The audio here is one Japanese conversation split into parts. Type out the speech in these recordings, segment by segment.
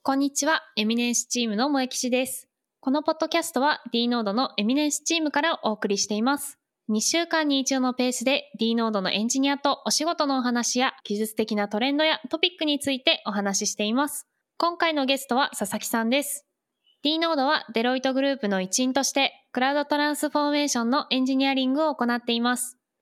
こんにちは、エミネンスチームの萌吉です。このポッドキャストは D ノードのエミネンスチームからお送りしています。2週間に一度のペースで D ノードのエンジニアとお仕事のお話や技術的なトレンドやトピックについてお話ししています。今回のゲストは佐々木さんです。D ノードはデロイトグループの一員としてクラウドトランスフォーメーションのエンジニアリングを行っています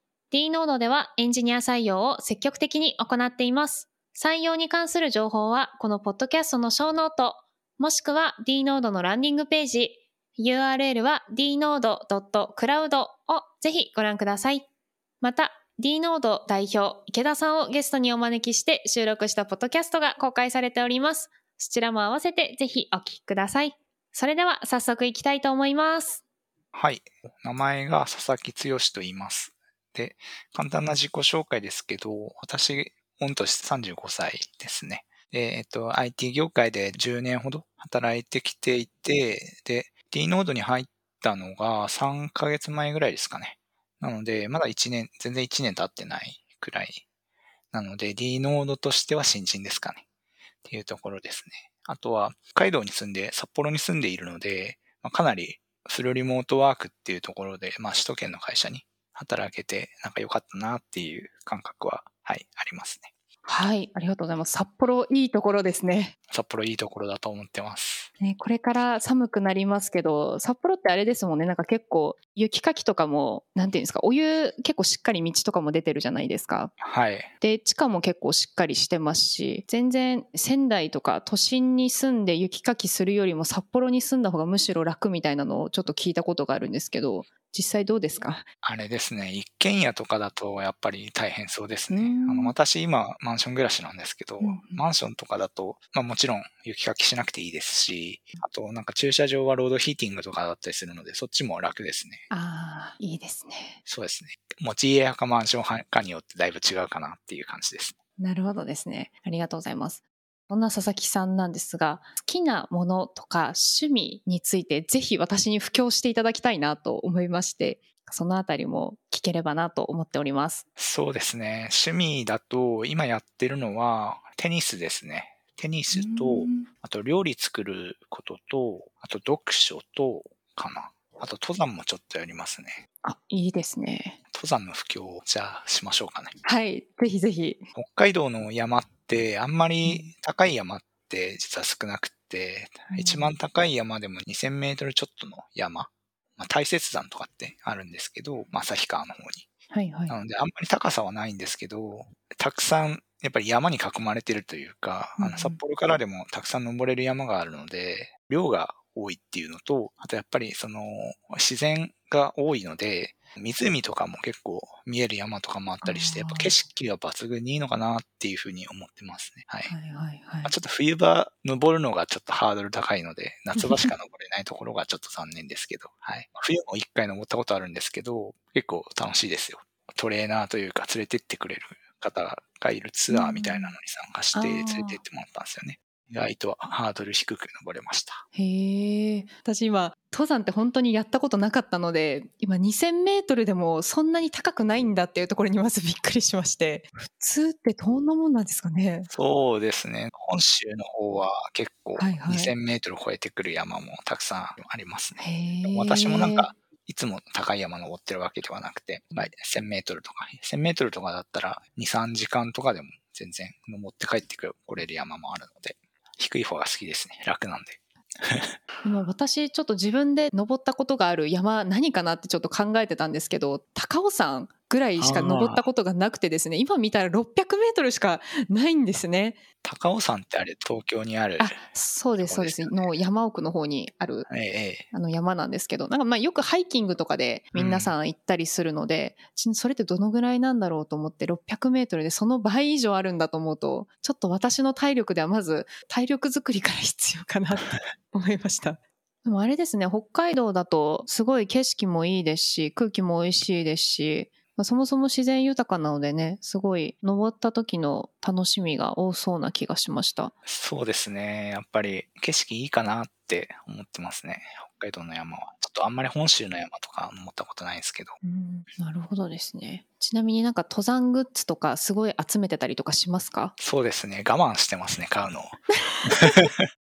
。D ノードではエンジニア採用を積極的に行っています。採用に関する情報はこのポッドキャストのショーノート、もしくは D ノードのランディングページ、URL は dnode.cloud をぜひご覧ください。また、D ノード代表池田さんをゲストにお招きして収録したポッドキャストが公開されております。そちらも合わせてぜひお聞きください。それでは早速いきたいと思います。 はい。名前が佐々木剛と言います。で、簡単な自己紹介ですけど、私、御年35歳ですね。で、IT 業界で10年ほど働いてきていて、で、D ノードに入ったのが3ヶ月前ぐらいですかね。なので、まだ1年、全然1年経ってないくらい。なので、D ノードとしては新人ですかね。っていうところですね。あとは、北海道に住んで、札幌に住んでいるので、かなりフルリモートワークっていうところで、首都圏の会社に働けて、なんか良かったなっていう感覚は、はい、ありますね。 はい、ありがとうございます。札幌いいところですね。 札幌いいところだと思ってます。 ね、これから寒くなりますけど、札幌ってあれですもんね、なんか結構雪かきとかも、なんていうんですか、お湯結構しっかり道とかも出てるじゃないですか。 はい。 で、地下も結構しっかりしてますし、全然仙台とか都心に住んで雪かきするよりも札幌に住んだ方がむしろ楽みたいなのをちょっと聞いたことがあるんですけど、実際どうですか？ あれですね、一軒家とかだとやっぱり大変そうですね。 ん私今マンション暮らしなんですけど、 うんマンションとかだと、もちろん雪かきしなくていいですし、あとなんか駐車場はロードヒーティングとかだったりするので、そっちも楽ですね。 ああ、いいですね。 そうですね。持ち家派かマンション派かによってだいぶ違うかなっていう感じです。 なるほどですね。ありがとうございます。そんな佐々木さんなんですが、好きなものとか趣味についてぜひ私に布教していただきたいなと思いまして、そのあたりも聞ければなと思っております。 そうですね。趣味だと今やってるのはテニスですね。テニスと、あと料理作ることと、あと読書と、かな。あと登山もちょっとやりますね。 あ、いいですね。 登山の布教をじゃあしましょうかね。 はい、ぜひぜひ。 北海道の山ってあんまり高い山って実は少なくて、一番高い山でも2000メートルちょっとの山、大雪山とかってあるんですけど、旭川の方に。 はいはい。 なのであんまり高さはないんですけど、たくさんやっぱり山に囲まれてるというか、札幌からでもたくさん登れる山があるので、量が多いっていうのと、あとやっぱりその自然が多いので、湖とかも結構見える山とかもあったりして、やっぱ景色が抜群にいいのかなっていうふうに思ってますね。はい。 はいはいはい。 ちょっと冬場登るのがちょっとハードル高いので、夏場しか登れないところがちょっと残念ですけど、はい。冬も一回登ったことあるんですけど、結構楽しいですよ。トレーナーというか連れてってくれる方がいるツアーみたいなのに参加して連れてってもらったんですよね。意外とハードル低く登れました。 へえ。私今、登山って本当にやったことなかったので、今2000メートルでもそんなに高くないんだっていうところにまずびっくりしまして、普通ってどんなもんなんですかね？ そうですね。本州の方は結構はいはい。 2000メートル超えてくる山もたくさんありますね。 へ私もなんえ。 か、いつも高い山登ってるわけではなくて、1000メートルとか、1000メートルとかだったら2、3時間とかでも全然登って帰ってこれる山もあるので、低い方が好きですね。楽なんで。 今私ちょっと自分で登ったことがある山何かなってちょっと考えてたんですけど、高尾山ぐらいしか登ったことがなくてですね、今見たら600メートルしかないんですね。 高尾山ってあれ東京にあるあ、そうですそうです。 とこですよね。 の山奥の方にあるええ。 山なんですけど、なんかよくハイキングとかで皆さん行ったりするので、それってどのぐらいなんだろうと思って600メートルでその倍以上あるんだと思うと、ちょっと私の体力ではまず体力作りから必要かなって思いました。でもあれですね、北海道だとすごい景色もいいですし、空気も美味しいですし、そもそも自然豊かなのでね、すごい登った時の楽しみが多そうな気がしました。 そうですね。やっぱり景色いいかなって思ってますね。北海道の山は。ちょっとあんまり本州の山とか登ったことないですけど。 なるほどですね。ちなみになんか登山グッズとかすごい集めてたりとかしますか？ そうですね。我慢してますね、買うのを。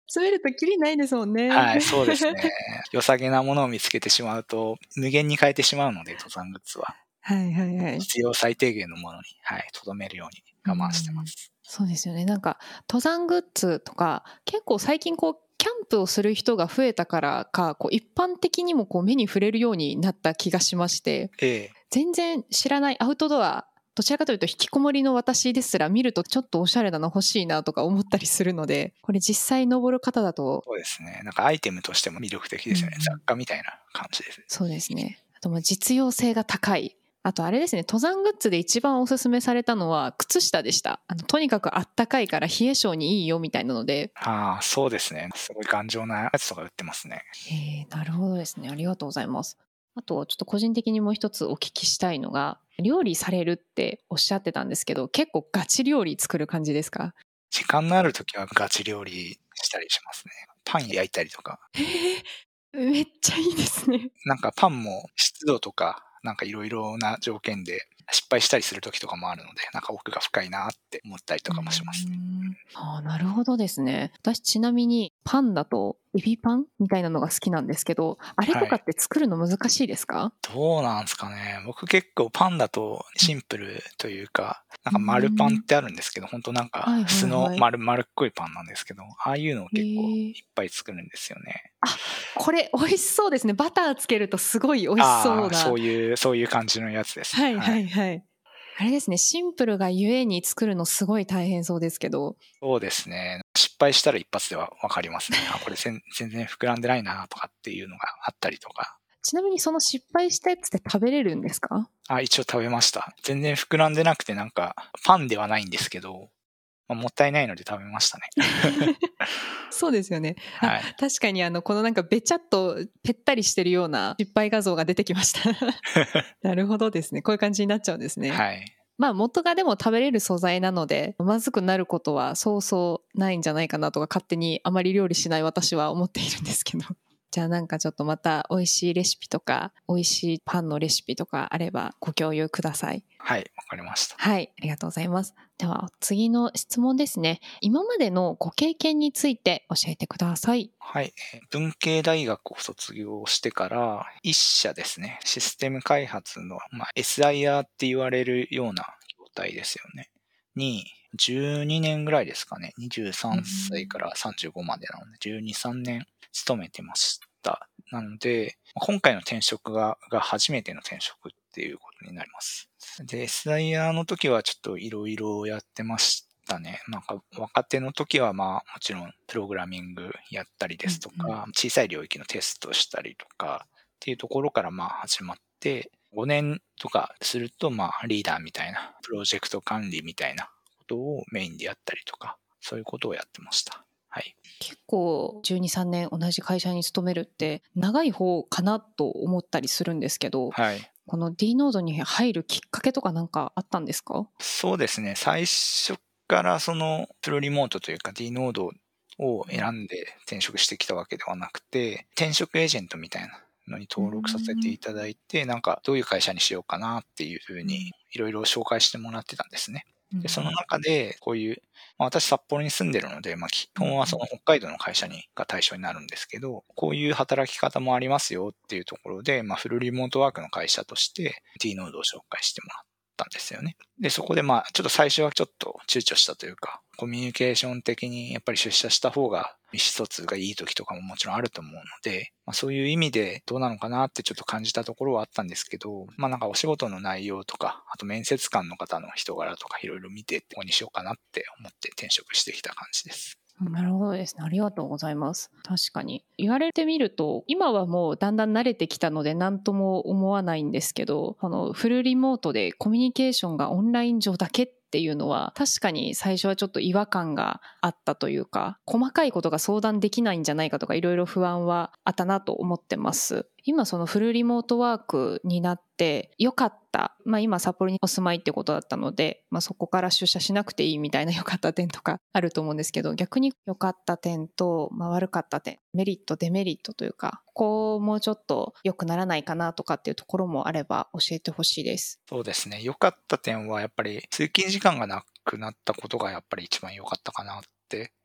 詰めるときりないですもんね。 はい、そうですね。良さげなものを見つけてしまうと、無限に変えてしまうので、登山グッズは。 はいはいはい。 必要最低限のものに、はい、留めるように我慢してます。 そうですよね。なんか登山グッズとか結構最近こうキャンプをする人が増えたからかこう一般的にもこう目に触れるようになった気がしまして、全然知らないアウトドア、どちらかというと引きこもりの私ですら見るとちょっとおしゃれなの欲しいなとか思ったりするので、これ実際登る方だとそうですね。なんかアイテムとしても魅力的ですよね。雑貨みたいな感じです。 そうですね。あと実用性が高い。あとあれですね、登山グッズで一番おすすめされたのは靴下でした。とにかくあったかいから冷え性にいいよみたいなので。 ああ、そうですね。すごい頑丈なやつとか売ってますね。 なるほどですね。ありがとうございます。あとちょっと個人的にもう一つお聞きしたいのが、料理されるっておっしゃってたんですけど、結構ガチ料理作る感じですか？ 時間のあるときはガチ料理したりしますね。パン焼いたりとか。 めっちゃいいですね。 なんかパンも湿度とか、なんかいろいろな条件で失敗したりする時とかもあるので、なんか奥が深いなって思ったりとかもしますね。 なるほどですね。私ちなみにパンだとエビパンみたいなのが好きなんですけど、あれとかって作るの難しいですか？ どうなんですかね。僕結構パンだとシンプルというか、なんか丸パンってあるんですけど、本当なんか素の丸っこいパンなんですけど、ああいうのを結構いっぱい作るんですよね。 これ美味しそうですね。バターつけるとすごい美味しそうな。 そういう感じのやつですね。はいはいはい。あれですね、シンプルがゆえに作るのすごい大変そうですけど。 そうですね。失敗したら一発ではわかりますね。これ全然膨らんでないなとかっていうのがあったりとか。 ちなみにその失敗したやつって食べれるんですか？ 一応食べました。全然膨らんでなくてなんかパンではないんですけど、もったいないので食べましたね。 そうですよね。 はい、 確かにこのなんかべちゃっとぺったりしてるような失敗画像が出てきました。なるほどですね。こういう感じになっちゃうんですね。 はい。 まあ元がでも食べれる素材なので、まずくなることはそうそうないんじゃないかなとか勝手にあまり料理しない私は思っているんですけど。じゃあなんかちょっとまた美味しいレシピとか美味しいパンのレシピとかあればご共有ください。 はい、わかりました。 はい、ありがとうございます。では次の質問ですね。今までのご経験について教えてください。 はい。文系大学を卒業してから一社ですね。システム開発の、SIR って言われるような業態ですよね。に、12年ぐらいですかね。23歳から35までなので、12、3年勤めてました。なので、今回の転職が初めての転職っていうことになります。で、SIR の時はちょっといろいろやってましたね。なんか若手の時はもちろんプログラミングやったりですとか、小さい領域のテストしたりとかっていうところから始まって、5年とかするとリーダーみたいな、プロジェクト管理みたいなことをメインでやったりとか、そういうことをやってました。はい。 結構12、3年同じ会社に勤めるって長い方かなと思ったりするんですけど、 はい。 この D ノードに入るきっかけとかなんかあったんですか？ そうですね。最初からそのプロリモートというか D ノードを選んで転職してきたわけではなくて、転職エージェントみたいなのに登録させていただいて、なんかどういう会社にしようかなっていうふうにいろいろ紹介してもらってたんですね。で、その中でこういう、私札幌に住んでるので、基本はその北海道の会社が対象になるんですけど、こういう働き方もありますよっていうところで、フルリモートワークの会社として D ノードを紹介してもらったんですよね。で、そこでちょっと最初はちょっと躊躇したというか、コミュニケーション的にやっぱり出社した方が意思疎通がいい時とかももちろんあると思うので、そういう意味でどうなのかなってちょっと感じたところはあったんですけど、なんかお仕事の内容とか、あと面接官の方の人柄とかいろいろ見て、ここにしようかなって思って転職してきた感じです。 なるほどですね。ありがとうございます。確かに。言われてみると、今はもうだんだん慣れてきたので何とも思わないんですけど、フルリモートでコミュニケーションがオンライン上だけっていうのは確かに最初はちょっと違和感があったというか、細かいことが相談できないんじゃないかとかいろいろ不安はあったなと思ってます。今そのフルリモートワークになって良かった、今札幌にお住まいってことだったので、そこから出社しなくていいみたいな良かった点とかあると思うんですけど、逆に良かった点と、悪かった点、メリットデメリットというか、ここもうちょっと良くならないかなとかっていうところもあれば教えてほしいです。 そうですね。良かった点はやっぱり通勤時間がなくなったことがやっぱり一番良かったかなって思っ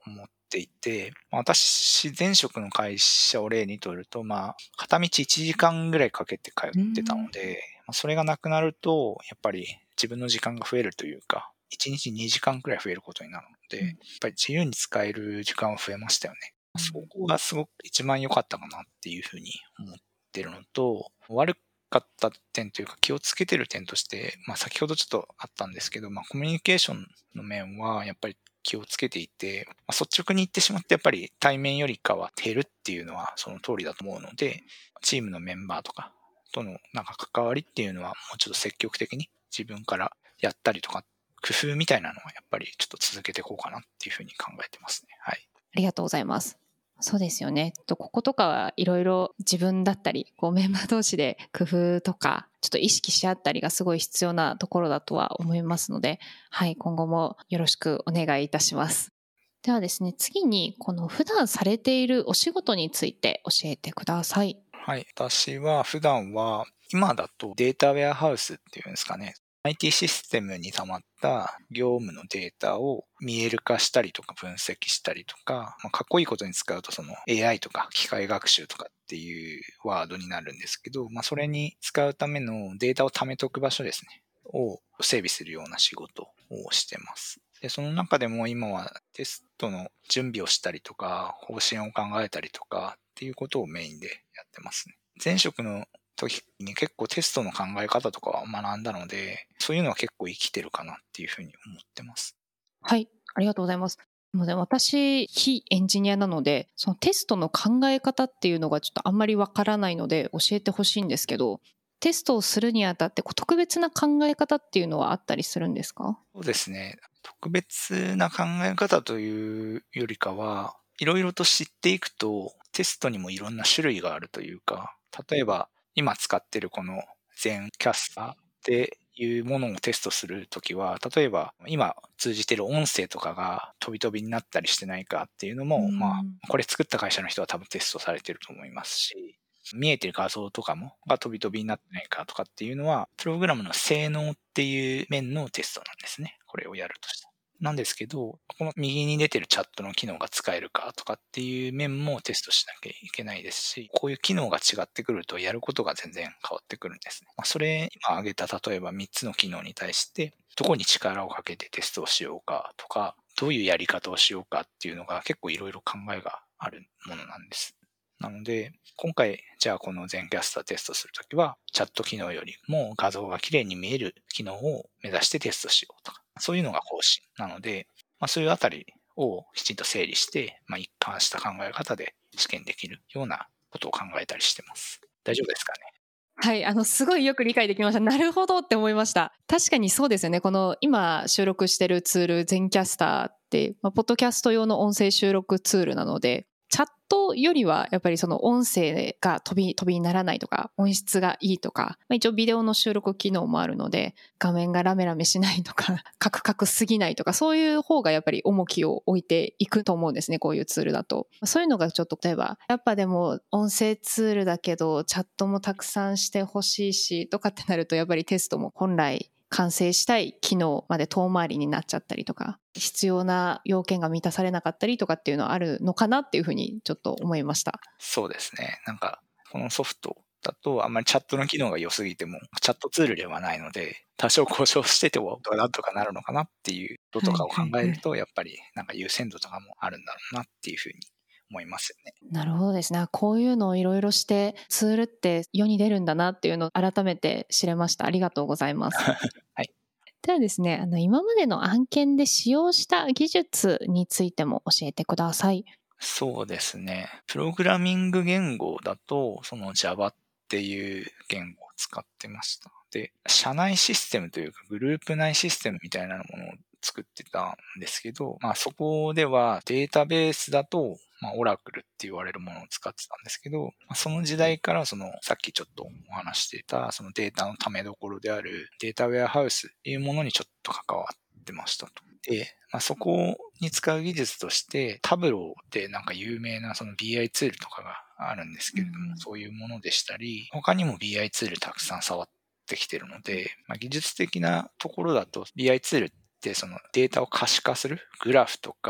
っていて、私、前職の会社を例にとると、片道1時間ぐらいかけて通ってたので、それがなくなると、やっぱり自分の時間が増えるというか、1日2時間くらい増えることになるので、やっぱり自由に使える時間は増えましたよね。そこがすごく一番良かったかなっていうふうに思ってるのと、悪かった点というか気をつけてる点として、先ほどちょっとあったんですけど、コミュニケーションの面はやっぱり気をつけていて、率直に言ってしまってやっぱり対面よりかは減るっていうのはその通りだと思うので、チームのメンバーとかとの関わりっていうのはもうちょっと積極的に自分からやったりとか、工夫みたいなのはやっぱりちょっと続けていこうかなっていうふうに考えてますね。はい。 ありがとうございます。そうですよね。こことかはいろいろ自分だったり、メンバー同士で工夫とか、ちょっと意識し合ったりがすごい必要なところだとは思いますので、はい、今後もよろしくお願いいたします。ではですね、次にこの普段されているお仕事について教えてください。 はい。私は普段は、今だとデータウェアハウスっていうんですかね。IT システムに溜まった業務のデータを見える化したりとか分析したりとか、かっこいいことに使うとその AI とか機械学習とかっていうワードになるんですけど、それに使うためのデータを貯めとく場所ですね。を整備するような仕事をしてます。で、その中でも今はテストの準備をしたりとか、方針を考えたりとかっていうことをメインでやってますね。前職の時に結構テストの考え方とかは学んだので、そういうのは結構生きてるかなっていうふうに思ってます。 はい、ありがとうございます。私、非エンジニアなので、そのテストの考え方っていうのがちょっとあんまりわからないので教えてほしいんですけど、テストをするにあたって特別な考え方っていうのはあったりするんですか？ そうですね。特別な考え方というよりかは、いろいろと知っていくと、テストにもいろんな種類があるというか、例えば今使ってるこの全キャスターっていうものをテストするときは、例えば今通じてる音声とかが飛び飛びになったりしてないかっていうのも、これ作った会社の人は多分テストされてると思いますし、見えてる画像とかもが飛び飛びになってないかとかっていうのは、プログラムの性能っていう面のテストなんですね。これをやるとした。なんですけど、この右に出てるチャットの機能が使えるかとかっていう面もテストしなきゃいけないですし、こういう機能が違ってくるとやることが全然変わってくるんですね。それ、今挙げた例えば3つの機能に対して、どこに力をかけてテストをしようかとか、どういうやり方をしようかっていうのが結構いろいろ考えがあるものなんです。なので、今回、じゃあこの全キャスターテストするときは、チャット機能よりも画像が綺麗に見える機能を目指してテストしようとか、そういうのが方針なので、そういうあたりをきちんと整理して、一貫した考え方で試験できるようなことを考えたりしてます。大丈夫ですかね？ はい、すごいよく理解できました。なるほどって思いました。確かにそうですよね。この今収録してるツール、ゼンキャスターって、ポッドキャスト用の音声収録ツールなので、チャットよりはやっぱりその音声が飛びにならないとか、音質がいいとか、一応ビデオの収録機能もあるので、画面がラメラメしないとか、カクカクすぎないとか、そういう方がやっぱり重きを置いていくと思うんですね、こういうツールだと。そういうのがちょっと例えば、やっぱでも音声ツールだけど、チャットもたくさんしてほしいし、とかってなると、やっぱりテストも本来完成したい機能まで遠回りになっちゃったりとか、必要な要件が満たされなかったりとかっていうのはあるのかなっていうふうにちょっと思いました。 そうですね。このソフトだとあんまりチャットの機能が良すぎても、チャットツールではないので、多少故障しててもなんとかなるのかなっていうこととかを考えると、やっぱり優先度とかもあるんだろうなっていうふうに思いますよね。 なるほどですね。こういうのをいろいろしてツールって世に出るんだなっていうのを改めて知れました。ありがとうございます。 はい。 ではですね、今までの案件で使用した技術についても教えてください。 そうですね。プログラミング言語だと、その Java っていう言語を使ってました。で、社内システムというかグループ内システムみたいなものを作ってたんですけど、そこではデータベースだと、オラクルって言われるものを使ってたんですけど、その時代からさっきちょっとお話していたそのデータのためどころであるデータウェアハウスっていうものにちょっと関わってましたと。で、そこに使う技術として、タブローって有名なその BI ツールとかがあるんですけれども、そういうものでしたり、他にも BI ツールたくさん触ってきてるので、技術的なところだと BI ツールってそのデータを可視化するグラフとか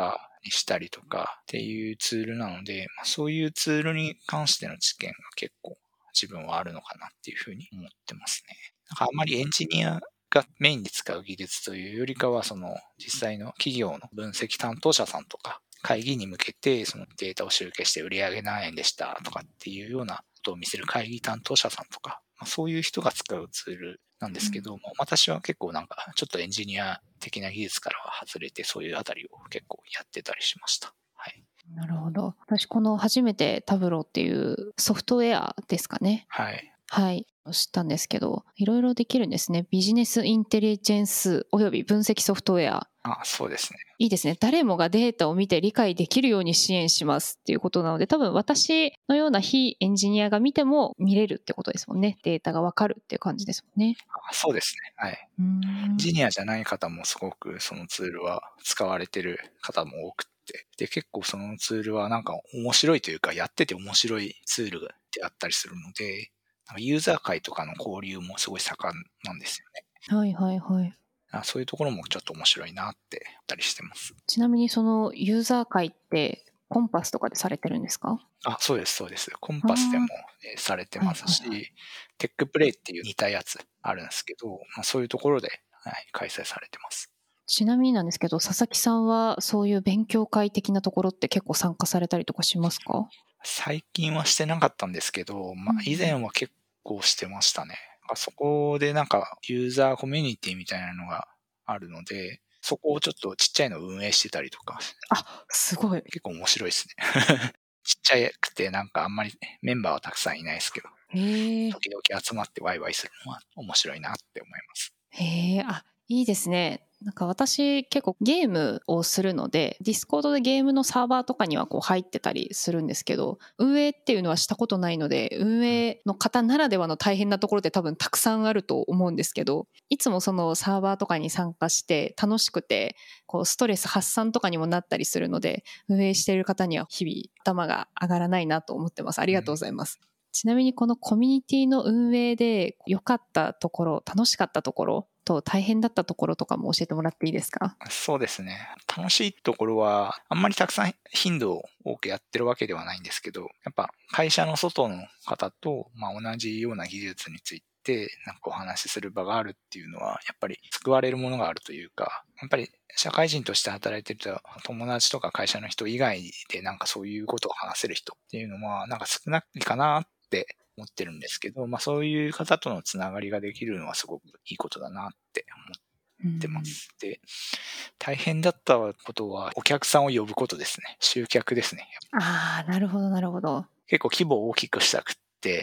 にしたりとかっていうツールなので、そういうツールに関しての知見が結構自分はあるのかなっていうふうに思ってますね。なんかあんまりエンジニアがメインで使う技術というよりかは、その実際の企業の分析担当者さんとか、会議に向けてそのデータを集計して売上何円でしたとかっていうようなことを見せる会議担当者さんとか、そういう人が使うツールなんですけども、私は結構なんかちょっとエンジニア的な技術からは外れて、そういうあたりを結構やってたりしました。はい。 なるほど。私この初めてタブローっていうソフトウェアですかね。 はい。 はい。知ったんですけど、いろいろできるんですね。ビジネスインテリジェンスおよび分析ソフトウェア。 そうですね。 いいですね。誰もがデータを見て理解できるように支援しますっていうことなので、多分私のような非エンジニアが見ても見れるってことですもんね。データがわかるっていう感じですもんね。 そうですね。はい。エンジニアじゃない方もすごくそのツールは使われてる方も多くて、で、結構そのツールはなんか面白いというか、やってて面白いツールであったりするので、ユーザー会とかの交流もすごい盛んなんですよね。 はいはいはい。 そういうところもちょっと面白いなって言ったりしてます。 ちなみにそのユーザー会ってコンパスとかでされてるんですか？ そうです、そうです。コンパスでもされてますし、 はいはいはい、 テックプレイっていう似たやつあるんですけど、そういうところで、開催されてます。 ちなみになんですけど、佐々木さんはそういう勉強会的なところって結構参加されたりとかしますか？ 最近はしてなかったんですけど、以前は結構してましたね。そこでなんかユーザーコミュニティみたいなのがあるので、そこをちょっとちっちゃいのを運営してたりとか、 すごい。 結構面白いですね。ちっちゃくてなんかあんまりメンバーはたくさんいないですけど、 へえ。 時々集まってワイワイするのは面白いなって思います。 へえ、いいですね。なんか私結構ゲームをするので、ディスコードでゲームのサーバーとかにはこう入ってたりするんですけど、運営っていうのはしたことないので、運営の方ならではの大変なところって多分たくさんあると思うんですけど、いつもそのサーバーとかに参加して楽しくて、こうストレス発散とかにもなったりするので、運営している方には日々頭が上がらないなと思ってます。ありがとうございます。ちなみにこのコミュニティの運営で良かったところ、楽しかったところと大変だったところとかも教えてもらっていいですか？ そうですね。楽しいところは、あんまりたくさん頻度を多くやってるわけではないんですけど、やっぱ会社の外の方と、同じような技術について、なんかお話しする場があるっていうのは、やっぱり救われるものがあるというか、やっぱり社会人として働いてると、友達とか会社の人以外でなんかそういうことを話せる人っていうのは、なんか少ないかなって思ってるんですけど、そういう方とのつながりができるのはすごくいいことだなって思ってます。で、大変だったことは、お客さんを呼ぶことですね。集客ですね。 なるほどなるほど。 結構規模を大きくしたくって、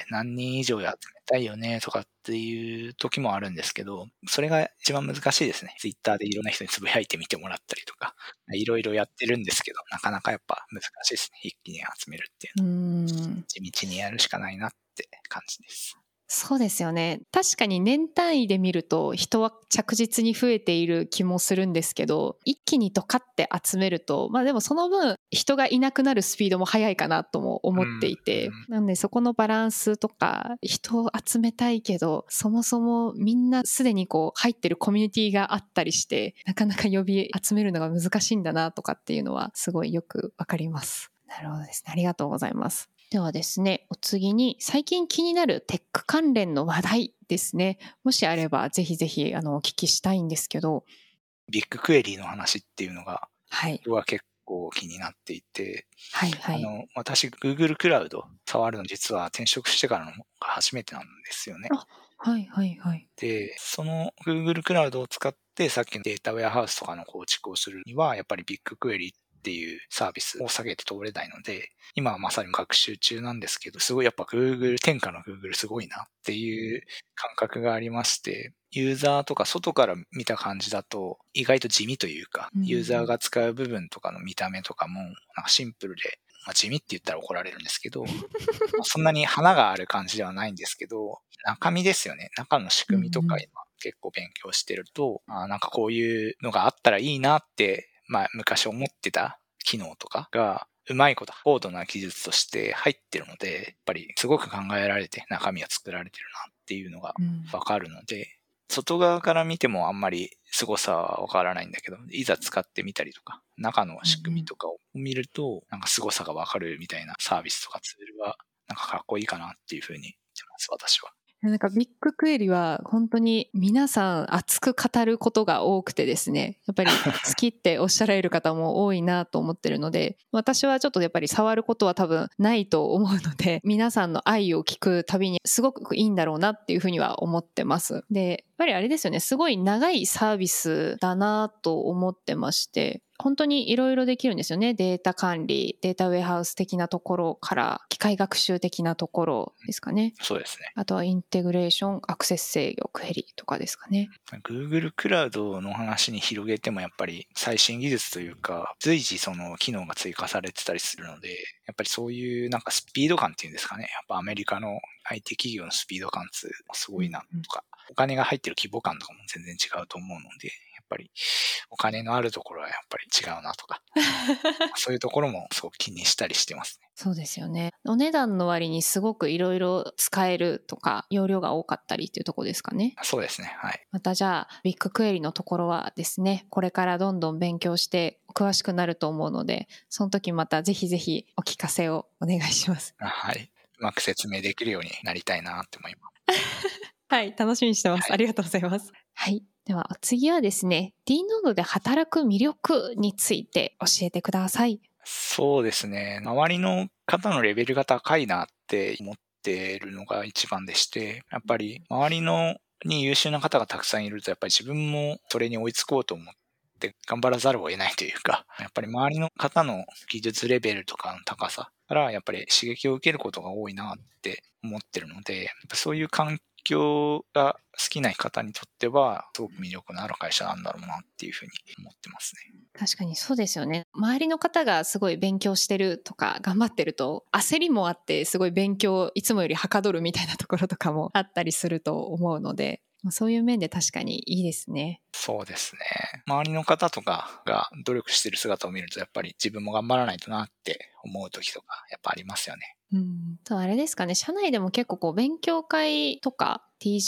何人以上集めたいよねとかっていう時もあるんですけど、それが一番難しいですね。ツイッターでいろんな人につぶやいてみてもらったりとか、いろいろやってるんですけど、なかなかやっぱ難しいですね。一気に集めるっていうのは。地道にやるしかないなって感じです。 そうですよね。確かに年単位で見ると人は着実に増えている気もするんですけど、一気にドカって集めると、でもその分人がいなくなるスピードも速いかなとも思っていて、なんでそこのバランスとか、人を集めたいけど、そもそもみんなすでにこう入ってるコミュニティがあったりして、なかなか呼び集めるのが難しいんだなとかっていうのはすごいよくわかります。なるほどですね。ありがとうございます。ではですね、お次に最近気になるテック関連の話題ですね。もしあればぜひぜひお聞きしたいんですけど。 ビッグクエリーの話っていうのが、 はい。 僕は結構気になっていて、 はいはい。 私 Google クラウド触るの実は転職してからのが初めてなんですよね。 はいはいはい。 で、その Google クラウドを使ってさっきのデータウェアハウスとかの構築をするには、やっぱりビッグクエリーっていうサービスを下げて通れないので、今はまさに学習中なんですけど、すごいやっぱ Google、天下の Google すごいなっていう感覚がありまして、ユーザーとか外から見た感じだと意外と地味というか、ユーザーが使う部分とかの見た目とかもなんかシンプルで、地味って言ったら怒られるんですけど、そんなに花がある感じではないんですけど、中身ですよね。中の仕組みとか今結構勉強してると、なんかこういうのがあったらいいなって、昔思ってた機能とかが、うまいこと高度な技術として入ってるので、やっぱりすごく考えられて中身は作られてるなっていうのがわかるので、 外側から見てもあんまり凄さはわからないんだけど、いざ使ってみたりとか、中の仕組みとかを見ると、なんか凄さがわかるみたいなサービスとかツールは、なんかかっこいいかなっていうふうに言ってます、私は。 なんかビッグクエリは本当に皆さん熱く語ることが多くてですね、やっぱり好きっておっしゃられる方も多いなと思ってるので、私はちょっとやっぱり触ることは多分ないと思うので、皆さんの愛を聞くたびにすごくいいんだろうなっていうふうには思ってます。で、やっぱりあれですよね、すごい長いサービスだなと思ってまして、本当にいろいろできるんですよね。データ管理、データウェアハウス的なところから機械学習的なところですかね。 そうですね。 あとはインテグレーション、アクセス制御、クエリとかですかね。 Google クラウドの話に広げてもやっぱり最新技術というか、随時その機能が追加されてたりするので、やっぱりそういうなんかスピード感っていうんですかね。やっぱアメリカの IT 企業のスピード感ってすごいなとか、お金が入ってる規模感とかも全然違うと思うので、やっぱりお金のあるところはやっぱり違うなとか、そういうところもすごく気にしたりしてますね。 そうですよね。お値段の割にすごくいろいろ使えるとか、容量が多かったりっていうところですかね。 そうですね。はい。 またじゃあ、ビッグクエリのところはですね、これからどんどん勉強して詳しくなると思うので、その時またぜひぜひお聞かせをお願いします。 はい。うまく説明できるようになりたいなって思います。 はい、楽しみにしてます。 はい、 ありがとうございます。はい。では次はですね、D ノードで働く魅力について教えてください。 そうですね。周りの方のレベルが高いなって思っているのが一番でして、やっぱり周りのに優秀な方がたくさんいると、やっぱり自分もそれに追いつこうと思って頑張らざるを得ないというか、やっぱり周りの方の技術レベルとかの高さからやっぱり刺激を受けることが多いなって思ってるので、やっぱそういう環境が好きな方にとっては、すごく魅力のある会社なんだろうなっていうふうに思ってますね。 確かにそうですよね。周りの方がすごい勉強してるとか頑張ってると焦りもあってすごい勉強いつもよりはかどるみたいなところとかもあったりすると思うので、そういう面で確かにいいですね。 そうですね。周りの方とかが努力してる姿を見るとやっぱり自分も頑張らないとなって思う時とかやっぱありますよね。 とあれですかね、社内でも結構こう勉強会とか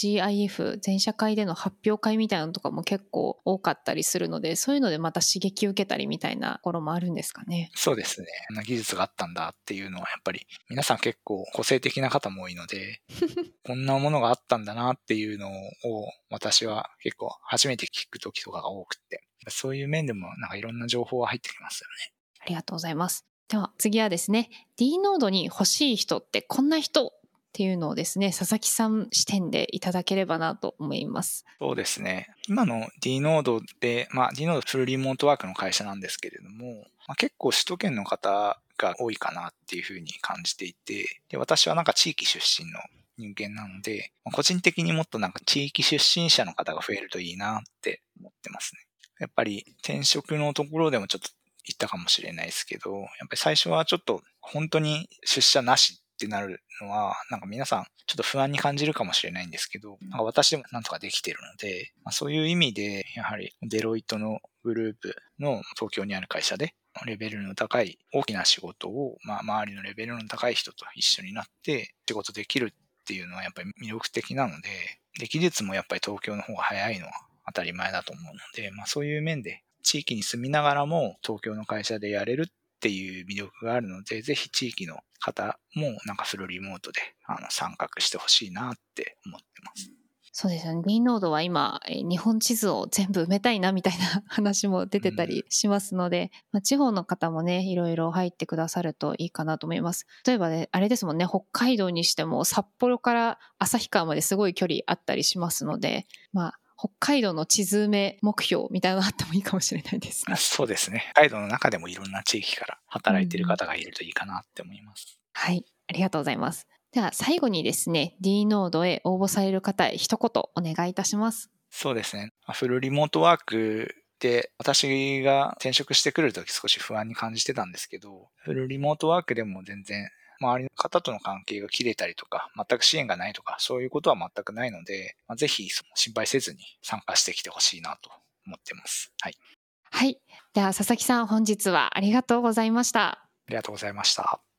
TGIF 全社会での発表会みたいなのとかも結構多かったりするので、そういうのでまた刺激を受けたりみたいなところもあるんですかね。 そうですね。こんな技術があったんだっていうのはやっぱり皆さん結構個性的な方も多いので、こんなものがあったんだなっていうのを私は結構初めて聞く時とかが多くて、そういう面でもなんかいろんな情報が入ってきますよね。 ありがとうございます。では次はですね、D ノードに欲しい人ってこんな人っていうのをですね、佐々木さん視点でいただければなと思います。 そうですね。今の D ノードで、D ノードフルリモートワークの会社なんですけれども、結構首都圏の方が多いかなっていうふうに感じていて、で、私はなんか地域出身の人間なので、個人的にもっとなんか地域出身者の方が増えるといいなって思ってますね。やっぱり転職のところでもちょっと言ったかもしれないですけど、やっぱり最初はちょっと本当に出社なしってなるのは、なんか皆さんちょっと不安に感じるかもしれないんですけど、なんか私でもなんとかできてるので、そういう意味で、やはりデロイトのグループの東京にある会社で、レベルの高い大きな仕事を、周りのレベルの高い人と一緒になって仕事できるっていうのはやっぱり魅力的なので、で、技術もやっぱり東京の方が早いのは当たり前だと思うので、そういう面で地域に住みながらも東京の会社でやれるっていう魅力があるので、ぜひ地域の方もなんかフルリモートで参画してほしいなって思ってます。 そうですよね。D ノードは今、日本地図を全部埋めたいなみたいな話も出てたりしますので、地方の方もね、いろいろ入ってくださるといいかなと思います。例えばね、あれですもんね、北海道にしても札幌から旭川まですごい距離あったりしますので、北海道の地図埋め目標みたいなのあってもいいかもしれないですね。 そうですね。北海道の中でもいろんな地域から働いている方がいるといいかなって思います。 はい、ありがとうございます。では最後にですね、D ノードへ応募される方へ一言お願いいたします。 そうですね。フルリモートワークで私が転職してくるとき少し不安に感じてたんですけど、フルリモートワークでも全然周りの方との関係が切れたりとか、全く支援がないとか、そういうことは全くないので、ぜひ心配せずに参加してきてほしいなと思ってます。はい。 はい。では佐々木さん、本日はありがとうございました。 ありがとうございました。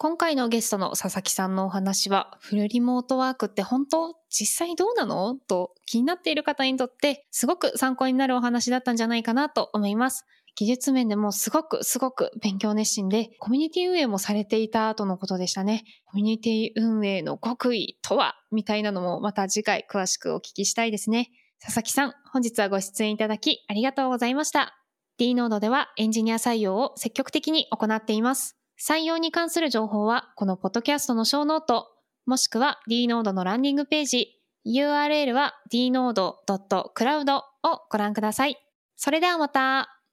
今回のゲストの佐々木さんのお話は、フルリモートワークって本当実際どうなのと気になっている方にとってすごく参考になるお話だったんじゃないかなと思います。技術面でもすごく勉強熱心で、コミュニティ運営もされていたとのことでしたね。コミュニティ運営の極意とはみたいなのもまた次回詳しくお聞きしたいですね。佐々木さん、本日はご出演いただきありがとうございました。D ノードではエンジニア採用を積極的に行っています。採用に関する情報はこのポッドキャストのショーノート、もしくは D ノードのランディングページ、URL は dnode.cloud をご覧ください。それではまた。